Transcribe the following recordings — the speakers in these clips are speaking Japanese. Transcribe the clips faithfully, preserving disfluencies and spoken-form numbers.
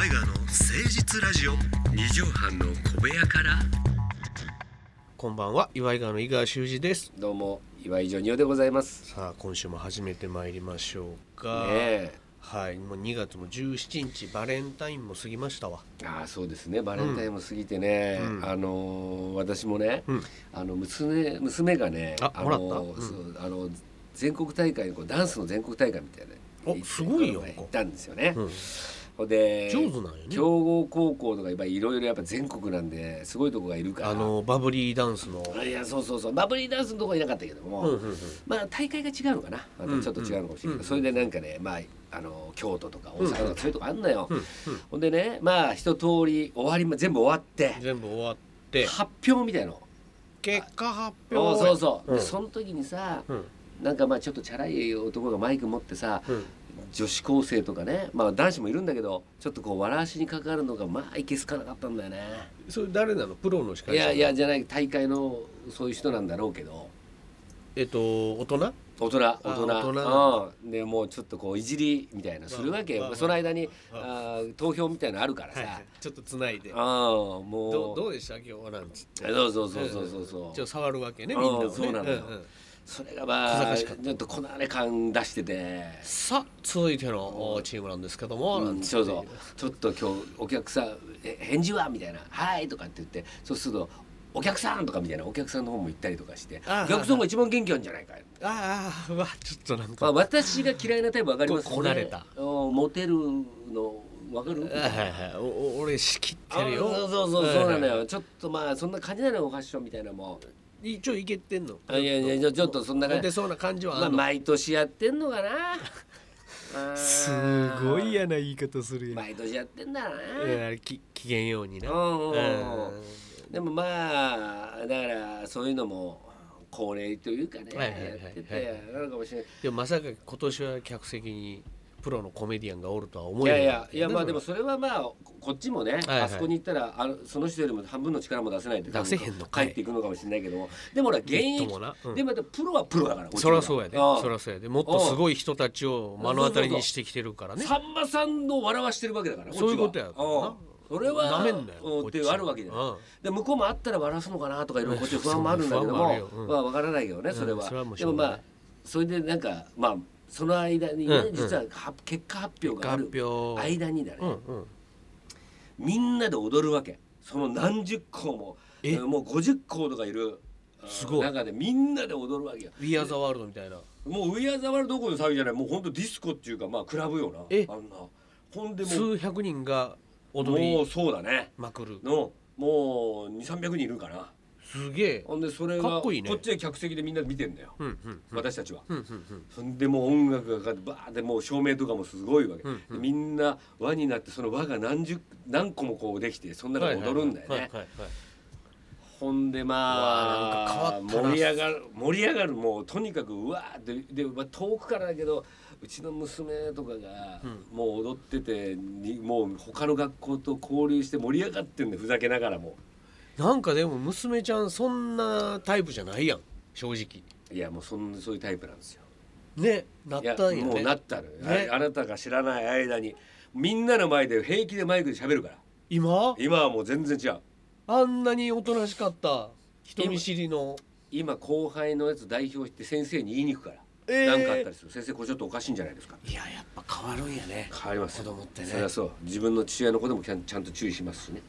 岩井川の誠実ラジオ。 二畳半の小部屋から。 こんばんは、岩井川の井川修司です。 どうも岩井ジョニオでございます。 さあ今週も始めてまいりましょうか、 ね、 はい、もうにがつもじゅうしちにちバレンタインも過ぎましたわ。 ああそうですね、バレンタインも過ぎてね、うん、あのー、私もね、うん、あの 娘, 娘がねあ、 あもらった、 のーうん、そうあの全国大会のこうダンスの全国大会みたいなおすごいよ行ったんですよね、 うん、 で上手なんよね。 強豪高校とかいろいろやっぱ全国なんですごいとこがいるから、 あのバブリーダンスのいやそうそうそうバブリーダンスのとこはいなかったけども、うんうんうん、まあ大会が違うのかな、またちょっと違うのかもしれないけど、うんうん、それでなんかね、まあ、あの京都とか大阪とかそういうとこあんのよ、うんうん、ほんでねまあ一通り終わり全部終わって全部終わって発表みたいの結果発表そうそう、うん、 でその時にさ、うん、なんかまあちょっとチャラい男がマイク持ってさ、うん、女子高生とかね、まあ男子もいるんだけどちょっとこう笑わしにかかるのがまあいけすかなかったんだよね。 それ誰なの？プロの司会者？ いやいやじゃない大会のそういう人なんだろうけど、 えっと大人？ 大人大人、 大人うん、でもうちょっとこういじりみたいなするわけよ。その間にあ投票みたいなのあるからさ、はいはい、 ちょっとつないで、 あもうど, どうでした今日はなんつってそうそうそうそうそうそう、 ちょっと触るわけねみんなをね。 そうなのよ、うんうん、それがまあちょっとこなれ感出してて、 さあ続いてのチームなんですけども、 うん、そうそうちょっと今日お客さん返事はみたいなはいとかって言って、そうするとお客さんとかみたいなお客さんの方も行ったりとかして、お客さんが一番元気なんじゃないかい。 ああうわちょっとなんか、 まあ、私が嫌いなタイプ分かります。 こなれたモテるの分かる？ はいはいお俺仕切ってるよ。 そうそうそうそうなのよ。ちょっとまあそんな感じなのよ、ファッションみたいなもん一応いけてんの？ いやいやちょっとそんな感じ、 モテそうな感じはあるの、 まあ、毎年やってんのかなすごい嫌な言い方するよ。 毎年やってんだな、 き機嫌ようにね。 うんうん、でもまあだからそういうのも恒例というかね、はいはいはいはい、やっててなのかもしれない。 でもまさか今年は客席にプロのコメディアンがおるとは思えない。 いやいやいやまあでもそれはまあこっちもね、はいはい、あそこに行ったらあのその人よりも半分の力も出せないって出せへんのかい帰っていくのかもしれないけども、でもほら現役、うん、でもプロはプロだから。 そりゃそうやで、そりゃそうやで、もっとすごい人たちを目の当たりにしてきてるからね。 さんまさんの笑わしてるわけだから。 そういうことやからな。 それはなめんなよってあるわけじゃない、うん、で向こうもあったら笑わすのかなとかいろいろこっち不安もあるんだけども、うん、まあ分からないけどねそれは、うん、それはもでもまあそれでなんかまあその間にね、うん、実は結果発表がある間にだね、うんうん、みんなで踊るわけ。その何十校ももうごじゅっ校とかいるすごい中でみんなで踊るわけよ。 We Are the World みたいな。 もう We Are the World どころの騒ぎじゃない、もうほんとディスコっていうかまあクラブよな。 えあんなほんでも数百人が踊りもうそうだねまくるのもうにせんさんびゃくにんいるかな。 すげえ。 ほんでそれがかっこいいね。 こっちで客席でみんな見てんだよ、うんうんうん、私たちは、 うんうんうん、 そんでもう音楽がかかってバーってもう照明とかもすごいわけ、うんうん、みんな輪になってその輪が何十何個もこうできてその中で踊るんだよね。ほんでまあ盛り上がる盛り上がるもうとにかくうわーってで、まあ、遠くからだけどうちの娘とかがもう踊っててにもう他の学校と交流して盛り上がってんだよ、ふざけながらも。 なんかでも娘ちゃんそんなタイプじゃないやん正直。 いやもうそんそういうタイプなんですよね。なったんやね。 もうなったのよ、ね、あ, あなたが知らない間にみんなの前で平気でマイクで喋るから。 今今はもう全然違う。 あんなにおとなしかった人見知りの今, 今後輩のやつ代表して先生に言いに行くから、えー、何かあったりする。先生これちょっとおかしいんじゃないですか。 いややっぱ変わるんやね。 変わります子供ってね。 そりゃそう。自分の父親の子でもちゃんと注意しますしね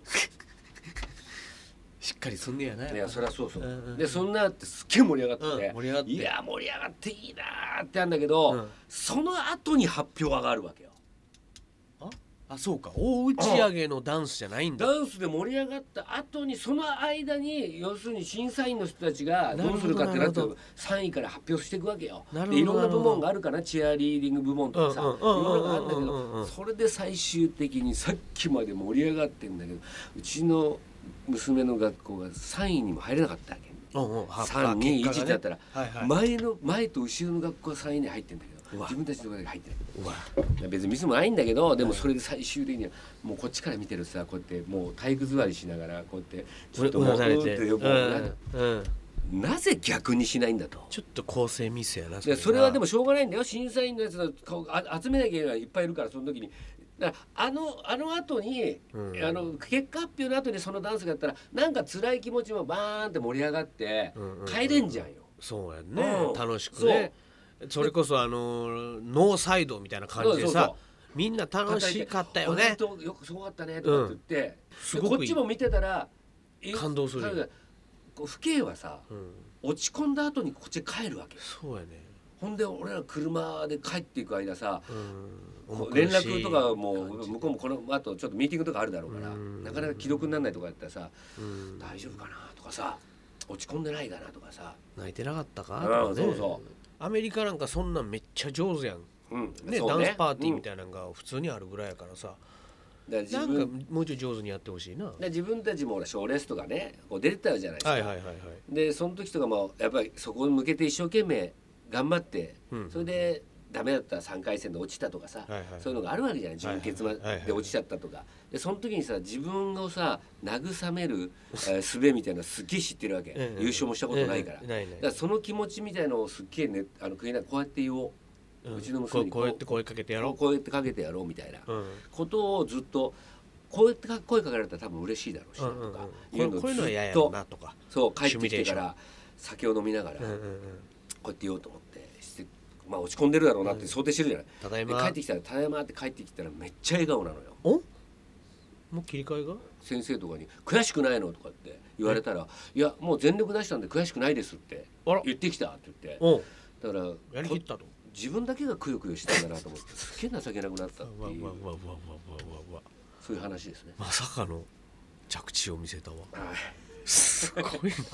しっかりすんねやな。 いやそりゃそうそう、うんうん、でそんなってすっげえ盛り上がってて、 うん、盛り上がっていや盛り上がっていいなってあんだけど、うん、その後に発表があるわけよ。 ああそうか大打ち上げのダンスじゃないんだ。 ダンスで盛り上がった後にその間に要するに審査員の人たちがどうするかってなってさんいから発表していくわけよ。でいろんな部門があるかな、チアリーディング部門とかさ、いろいろあるんだけど、それで最終的にさっきまで盛り上がってんだけどうちの娘の学校がさんいにも入れなかったわけ、うんうん、さんにいちってやったら、はいはい、前の前と後ろの学校はさんいに入ってんだけど自分たちのところだけ入ってない。別にミスもないんだけど、でもそれで最終的にはもうこっちから見てるさ、こうやってもう体育座りしながらこうやってちょっともううーって呼ぶ、うんうん、なぜ逆にしないんだと。ちょっと構成ミスやな。 それはでもしょうがないんだよ。審査員のやつの顔集めなきゃいけないいっぱいいるから、その時にだからあのあの後に、 うん、 あの結果発表の後にそのダンスがやったらなんか辛い気持ちもバーンって盛り上がって帰れんじゃんよ、うんうんうん、 そうやね、うん、楽しくね。 そ, それこそあのノーサイドみたいな感じでさ、そうそうそう、みんな楽しかったよね、 よくすごかったねとかって言って、うん、こっちも見てたら感動する。 父兄はさ、うん、落ち込んだ後にこっち帰るわけ。 そうやね。 ほんで俺ら車で帰っていく間さ、うん、連絡とかも向こうもこの後ちょっとミーティングとかあるだろうから、うん、なかなか既読にならないとかやったらさ、うん、大丈夫かなとかさ、落ち込んでないかなとかさ、 泣いてなかったか、 うん、ね、そうそう。 アメリカなんかそんなんめっちゃ上手やん、うんね、ダンスパーティーみたいなのが普通にあるぐらいやからさ、だからなんかもうちょい上手にやってほしいな。 自分たちも賞レースとかねこう出てたじゃないですか、 はいはいはいはい、 でその時とかもやっぱりそこに向けて一生懸命頑張って、うん、それでダメだったらさんかい戦で落ちたとかさ、はいはい、そういうのがあるわけじゃない、準決まで落ちちゃったとか、でその時にさ自分をさ慰める、えー、術みたいなのすっげえ知ってるわけ優勝もしたことないから、だからその気持ちみたいのをすっげえね、あのこうやって言おう、うん、うちの娘にこうやって声かけてやろうこうやってかけてやろうみたいなことをずっとこうやって声かけられたら多分嬉しいだろうしなとかいうのをずっとそう帰ってきてから酒を飲みながらこうやって言おうと思ってして、まあ落ち込んでるだろうなって想定してるじゃない、 ただいま帰ってきたらただいまって帰ってきたらめっちゃ笑顔なのよ。 おもう切り替えが先生とかに悔しくないのとかって言われたら、いやもう全力出したんで悔しくないですって言ってきたって言って、だからやりきったと自分だけがくよくよしてたんだなと思ってすっげえ情けなくなったっていうそういう話ですね。 まさかの着地を見せたわ、 はい、 すごいな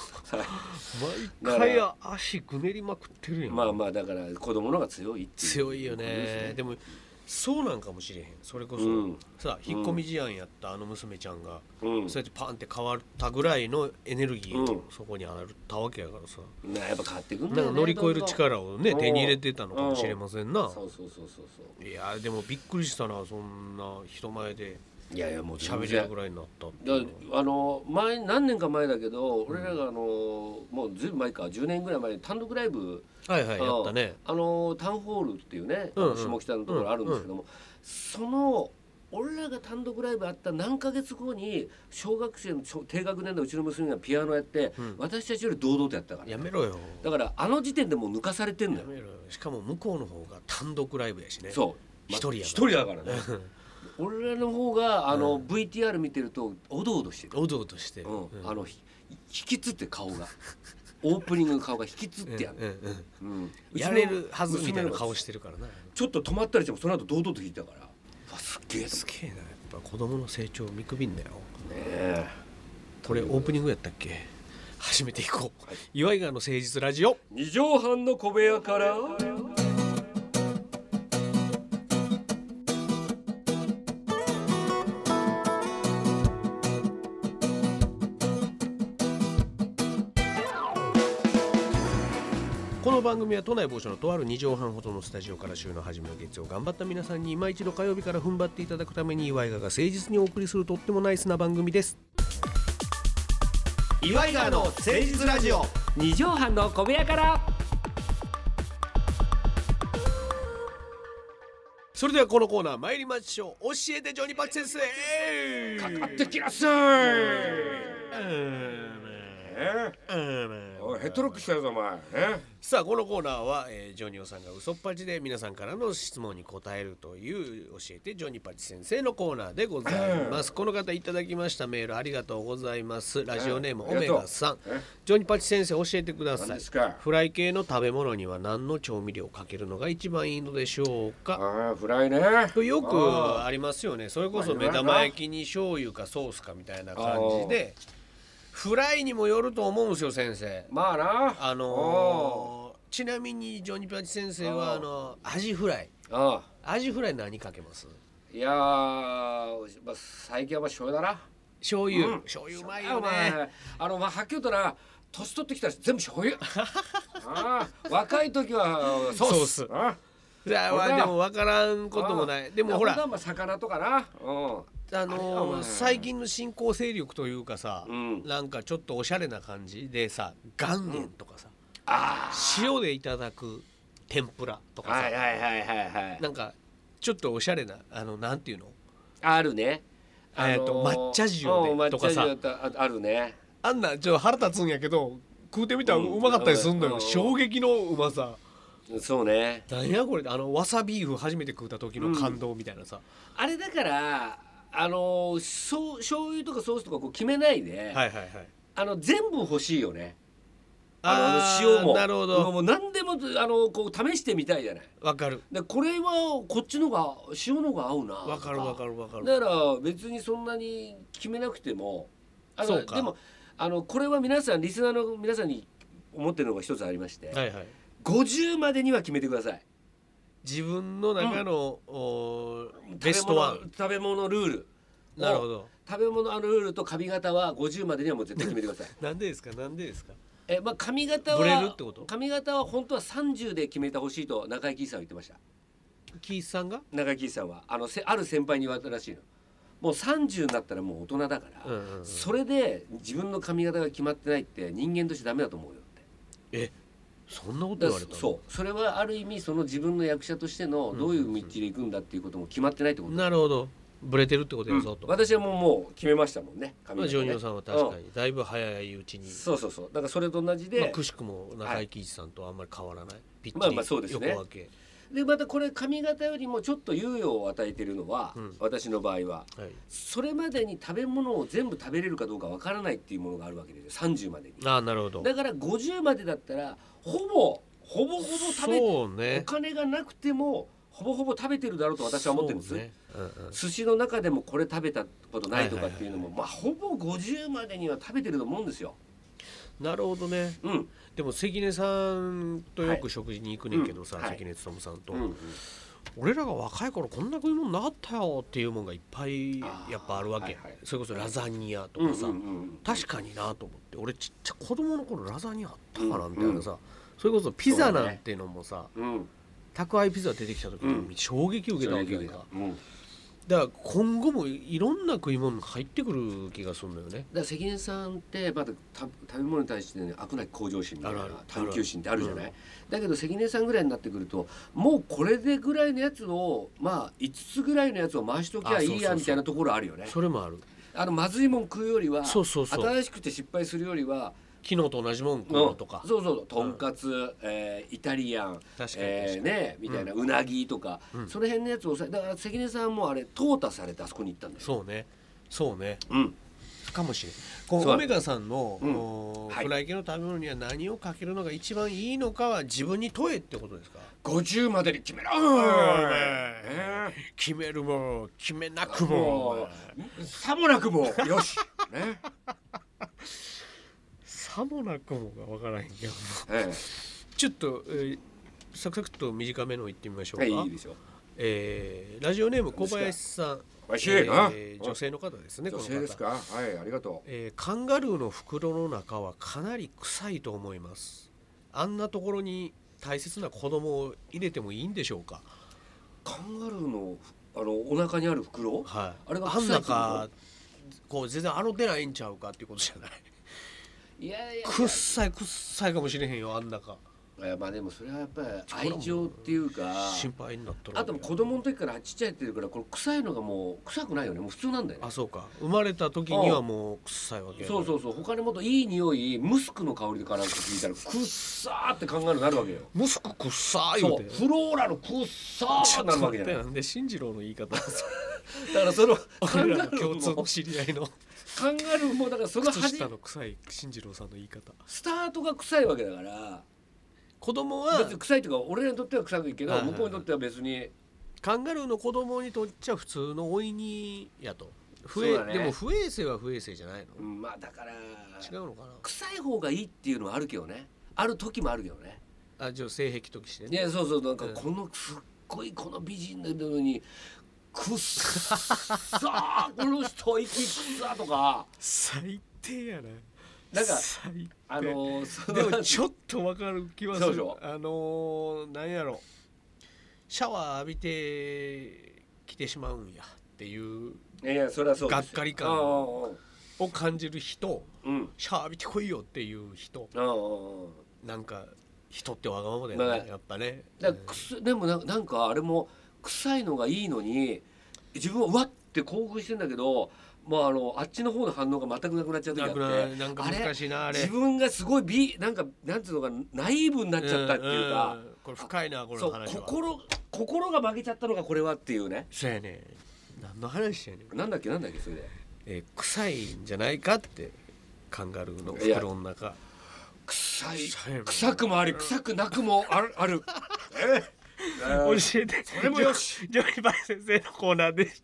毎回足ぐねりまくってるやん。 まあまあだから子供の方が強いっていう強いよね。でもそうなんかもしれへん。それこそ、うん、さ引っ込み思案やったあの娘ちゃんが、うん、そうやってパンって変わったぐらいのエネルギーがそこにあったわけやからさ、 うん、やっぱ変わってくんだよね。なんか乗り越える力をね手に入れてたのかもしれませんな。 そうそうそうそうそう。 いやでもびっくりしたな、そんな人前でいやいやもう喋れるぐらいになったっていうのは。あの前何年か前だけど、俺らがあのもうずいぶん前かじゅうねんぐらい前に単独ライブ、 はいはいやったね、 あのタウンホールっていうね、うんうん、下北のところあるんですけども、うんうん、その俺らが単独ライブあった何ヶ月後に小学生の低学年のうちの娘がピアノやって、うん、私たちより堂々とやったから、 やめろよ。 だからあの時点でもう抜かされてんのよ。 やめろよ。しかも向こうの方が単独ライブやしね。 そう一、ま、人やから一人だからね俺らの方があの、うん、ブイティーアール 見てるとおどおどしてるおどおどしてる、 うんうん、あの引きつって顔がオープニングの顔が引きつってやる、 うんうんうん、やれるはずみたいな顔してるからな。 ちょっと止まったりしてもその後堂々と弾いたから、わすっげえすげえな。やっぱ子供の成長を見くびんだよね。 えこれオープニングやったっけ。始めていこう、はい、岩井川の誠実ラジオ二畳半の小部屋からこの番組は都内某所のとあるに畳半ほどのスタジオから週の初めの月曜頑張った皆さんに今一度火曜日から踏ん張っていただくために岩井川が誠実にお送りするとってもナイスな番組です。 岩井川の誠実ラジオに畳半の小部屋から。 それではこのコーナー参りましょう。教えてジョニパチ先生、 かかってきなさい。おいヘッドロックしたよお前、ね、 さあこのコーナーは、えー、ジョニオさんが嘘っぱちで皆さんからの質問に答えるという教えてジョニパチ先生のコーナーでございます、うん、この方いただきましたメールありがとうございます。ラジオネームオメガさん、ジョニパチ先生教えてください。フライ系の食べ物には何の調味料をかけるのが一番いいのでしょうか。 あフライねよくありますよね。それこそ目玉焼きに醤油かソースかみたいな感じで、フライにもよると思うんですよ先生。 まあな。 あのー、ちなみにジョニパチ先生はあのアジフライ。ああ。アジフライ何かけます？ いやー、まあ、最近はまあ醤油だな。 醤油。うん、醤油うまいよね。 あのまあはっきり言うとな、年取ってきたら全部醤油。あ若い時はソース。ソース。あいやでも分からんこともない。でもほら。 まあ魚とかな。うん。 あのー、最近の新興勢力というかさ、うん、なんかちょっとおしゃれな感じでさ岩塩とかさ、うん、あ塩でいただく天ぷらとかさ、 はいはいはいはいはい、 なんかちょっとおしゃれなあのなんていうのあるね、あのーえーと抹茶塩でとかさうん抹茶塩ああるね。 あんなちょっと腹立つんやけど食うてみたらうまかったりすんのよ、 うん、 衝撃のうまさ。 そうね。 なんやこれあのわさビーフ初めて食うた時の感動みたいなさ、うん、 あれだからあのー、そう醤油とかソースとかこう決めないで、 はいはいはい、 あの全部欲しいよね。 ああの塩もなるほど、 もう何でもあのこう試してみたいじゃない。 わかる。 でこれはこっちのが塩のが合うな。 わかるわかるわかる。 だから別にそんなに決めなくても、あのそうか。 でもあのこれは皆さんリスナーの皆さんに思ってるのが一つありまして、 はいはい、 ごじゅうまでには決めてください。 自分の中の、 うん、 ベストワン食べ物ルール。 なるほど。 食べ物のルールと髪型はごじゅうまでにはもう絶対決めてください。 なんでですかなんでですか。 えまあ、髪型はブレるってこと？ 髪型は本当はさんじゅうで決めてほしいと中井貴一さんは言ってました。 貴一さんが？ 中井貴一さんはあのせある先輩に言われたらしいの。もうさんじゅうになったらもう大人だから、うんうんうん、それで自分の髪型が決まってないって人間としてダメだと思うよって。 えそんなこと言われたの？ そうそれはある意味その自分の役者としてのどういう道で行くんだっていうことも決まってないってこと、 うんうんうん、なるほど。ブレてるってことやぞと、 うん、私はもうもう決めましたもんね。 まあ、ジョニオさんは確かにだいぶ早いうちに、うん、 そうそうそうだからそれと同じで、 まあ、くしくも中井貴一さんとあんまり変わらない、はい、ピッチリまあまあそうですね。 横分けでまたこれ髪型よりもちょっと猶予を与えているのは、うん、私の場合は、はい、それまでに食べ物を全部食べれるかどうかわからないっていうものがあるわけですよ。さんじゅうまでに。 ああなるほど。だからごじゅうまでだったらほぼほぼほぼ食べそう、ね、 お金がなくてもほぼほぼ食べてるだろうと私は思ってるんです、 ねうんうん、 寿司の中でもこれ食べたことないとかっていうのも、はいはいはい、まあほぼごじゅうまでには食べてると思うんですよ。 なるほどね、うん、でも関根さんとよく食事に行くねんけどさ、はい、関根勤さんと、うんうん、俺らが若い頃こんな食い物なかったよっていうもんがいっぱいやっぱあるわけ、はいはい、それこそラザニアとかさ、うんうんうん、確かになと思って俺ちっちゃ子供の頃ラザニアあったかなみたいなさ、うんうん、それこそピザなんてのもさ、宅配ピザ出てきた時に衝撃受けたわけやんか、うんうん、だから今後もいろんな食い物入ってくる気がするんだよね。だから関根さんってまだ食べ物に対して、ね、飽くなき向上心みたいな探求心ってあるじゃない、うん、だけど関根さんぐらいになってくるともうこれでぐらいのやつをまあいつつぐらいのやつを回しときゃいいやみたいなところあるよね。 それもある。 あのまずいもん食うよりはそうそうそう新しくて失敗するよりは昨日と同じもん食うとか、 うん、そうそうとんかつ、うんえー、イタリアン確かに、 えー、ねみたいな、うん、うなぎとか、うん、その辺のやつをさだから関根さんもあれ淘汰されてあそこに行ったんだよ。 そうねそうね、 うん、 かもしれない。このオメガさんの、うんはい、フライ系の食べ物には何をかけるのが一番いいのかは自分に問えってことですか。 ごじゅうまでに決めろ、 えー、決めるも決めなくもさもなくもよしねさもなくもが分からへんけど、 ええ、 ちょっと、えー、サクサクと短めの言ってみましょうか。 はい、いいでしょう。 えー、ラジオネーム小林さん、 えー、女性の方ですね。 女性ですか。はい、ありがとう。 えー、カンガルーの袋の中はかなり臭いと思います。あんなところに大切な子供を入れてもいいんでしょうか。 カンガルーのあのお腹にある袋、 はい、 あれが臭いってこと？あん中こう全然洗ってないんちゃうかっていうことじゃない。 いやいやいやくっさいくっさいかもしれへんよあん中。 いやまあでもそれはやっぱり愛情っていうか心配になったらあと子供の時からちっちゃいって言うからこれ臭いのがもう臭くないよね。もう普通なんだよね。 あそうか生まれた時にはもう臭いわけや。 そうそうそう他にもっといい匂いムスクの香りでかなんか聞いたらくっさーって考えるなるわけよ。 ムスクくっさー言うてそうフローラのくっさーなるわけじゃない。 なんで進次郎の言い方だからそのカンガルー共通の知り合いのカンガルーもだからその靴下の臭い進次郎さんの言い方スタートが臭いわけだから子供は別に臭いというか俺らにとっては臭いけど、はいはいはい、向こうにとっては別にカンガルーの子供にとっちゃ普通の老いにやと不衛、ね、でも不衛生は不衛生じゃないの、 うん、まあだから違うのかな。 臭い方がいいっていうのはあるけどねある時もあるけどね。 あじゃあ性癖としてね。 いやそうそうなんかこのすっごいこの美人なのにくっさーこの人息くっさとか最低やな。 なんかあのー、でもちょっと分かる気はする。あのー、なんやろシャワー浴びてきてしまうんやっていうがっかり感を感じる人、うん、シャワー浴びてこいよっていう人なんか人ってわがままだよね、まあ、やっぱね。 だくすでも な, なんかあれも臭いのがいいのに自分はうわって興奮してんだけど、まあ、あのあっちの方の反応が全くなくなっちゃう時があってなんか難しいなあれ。 自分がすごいビなんかなんていうのかナイーブになっちゃったっていうか、 うんうん、これ深いなこの話は。 そう心心が負けちゃったのがこれはっていうね。 そうやね。何の話やねん。 なんだっけなんだっけそれで、 えー、臭いんじゃないかってカンガルーの袋の中。 臭い臭くもあり臭くなくもあるあるえ教えて。 それもよし。 ジョニバイ先生のコーナーでした。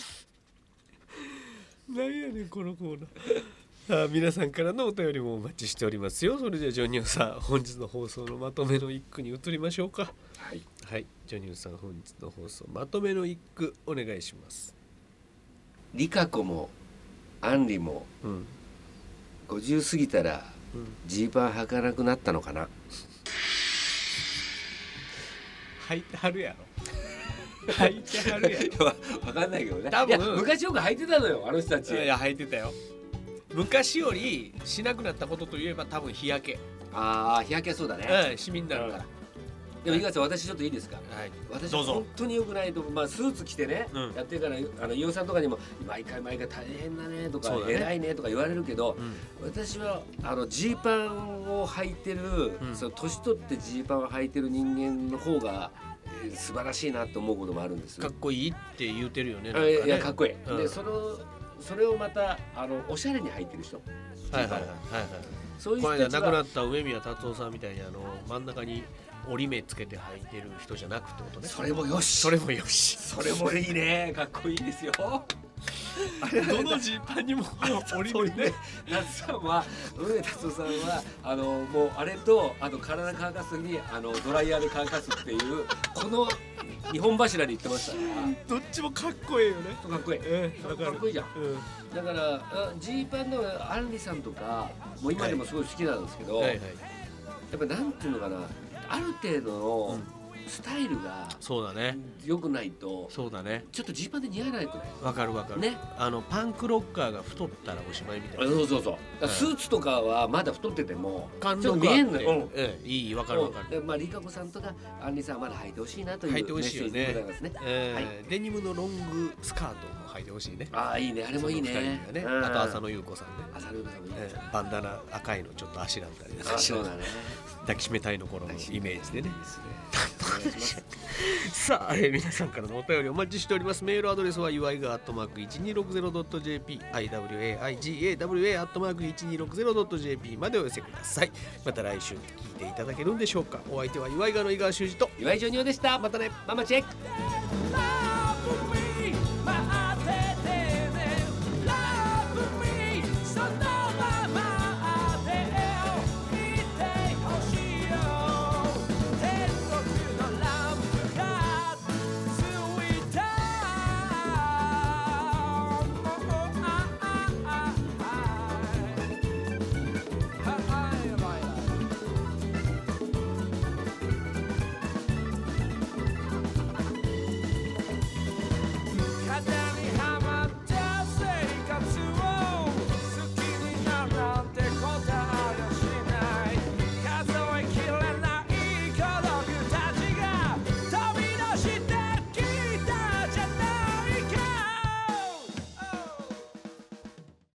何やねんこのコーナー。さあ皆さんからのお便りもお待ちしておりますよ。それではジョニオさん本日の放送のまとめの一句に移りましょうか。 はい、 はい、ジョニオさん本日の放送まとめの一句お願いします。 リカ子もアンリも、うん、ごじゅう過ぎたらジー、うん、パン履かなくなったのかな。 履いてはるやろ。履いてはるやろ。 分かんないけどね。 多分いや昔よく履いてたのよあの人たち。 いや履いてたよ。昔よりしなくなったことといえば多分日焼け。 ああ日焼けそうだね。 うん、シミになるから。 でも井川さん私ちょっといいですか。 はい。 私本当に良くないと、まあスーツ着てね、うん、やってるからあの飯尾さんとかにも毎回毎回大変だねとか、ね、偉いねとか言われるけど、うん、私はあのジーパンを履いてる、うん、その年取ってジーパンを履いてる人間の方が素晴らしいなと思うこともあるんですよ。 かっこいいって言うてるよね。 なんかねいやかっこいい。うん、でそのそれをまたあのおしゃれに履いてる人。 はいはいはいはい。そういう人たちはこの間亡くなった上宮達夫さんみたいにあの真ん中に折り目つけて履いてる人じゃなくってことね。 それもよし。 それもよし。 それもいいね。かっこいいですよ。 あれどのジーパンにも折り目ね。 達さんは上宮達夫さんはあのもうあれとあと体乾かすにあのドライヤーで乾かすっていうこの二本柱で言ってましたから。 どっちもかっこいいよね。 かっこいい。 えー、 かっこいいじゃん。うん、だからジーパンのアンリさんとかもう今でもすごい好きなんですけど、はいはいはい、やっぱなんていうのかな。ある程度のスタイルがそうだね良くないとそうだねちょっとジーパンで似合わないくない。 わかるわかるね。あのパンクロッカーが太ったらおしまいみたいな。 そうそうそう、スーツとかはまだ太っててもちょっと見えんのよ。 ええいいわかるわかる。 まあリカ子さんとかアンリさんはまだ履いてほしいなというメッセージでございますね。 デニムのロングスカートも履いてほしいね。 ああいいねあれもいいね。 あと浅野ゆう子さんね。 浅野ゆう子さんもいいね。 バンダナ赤いのちょっとあしらったりなんかして。 そうだね。 抱きしめたいの頃のイメージでね。さあ、えー、皆さんからのお便りお待ちしております。メールアドレスはゆわいがアットマーク いちにーろくぜろドットジェーピー アイダブリューエーアイジーエーダブリューエー アットマーク いちにーろくぜろドットジェーピー までお寄せください。また来週聞いていただけるんでしょうか。お相手はゆわいがの井川修司と岩井ジョニオでした。 またね。 ママチェック。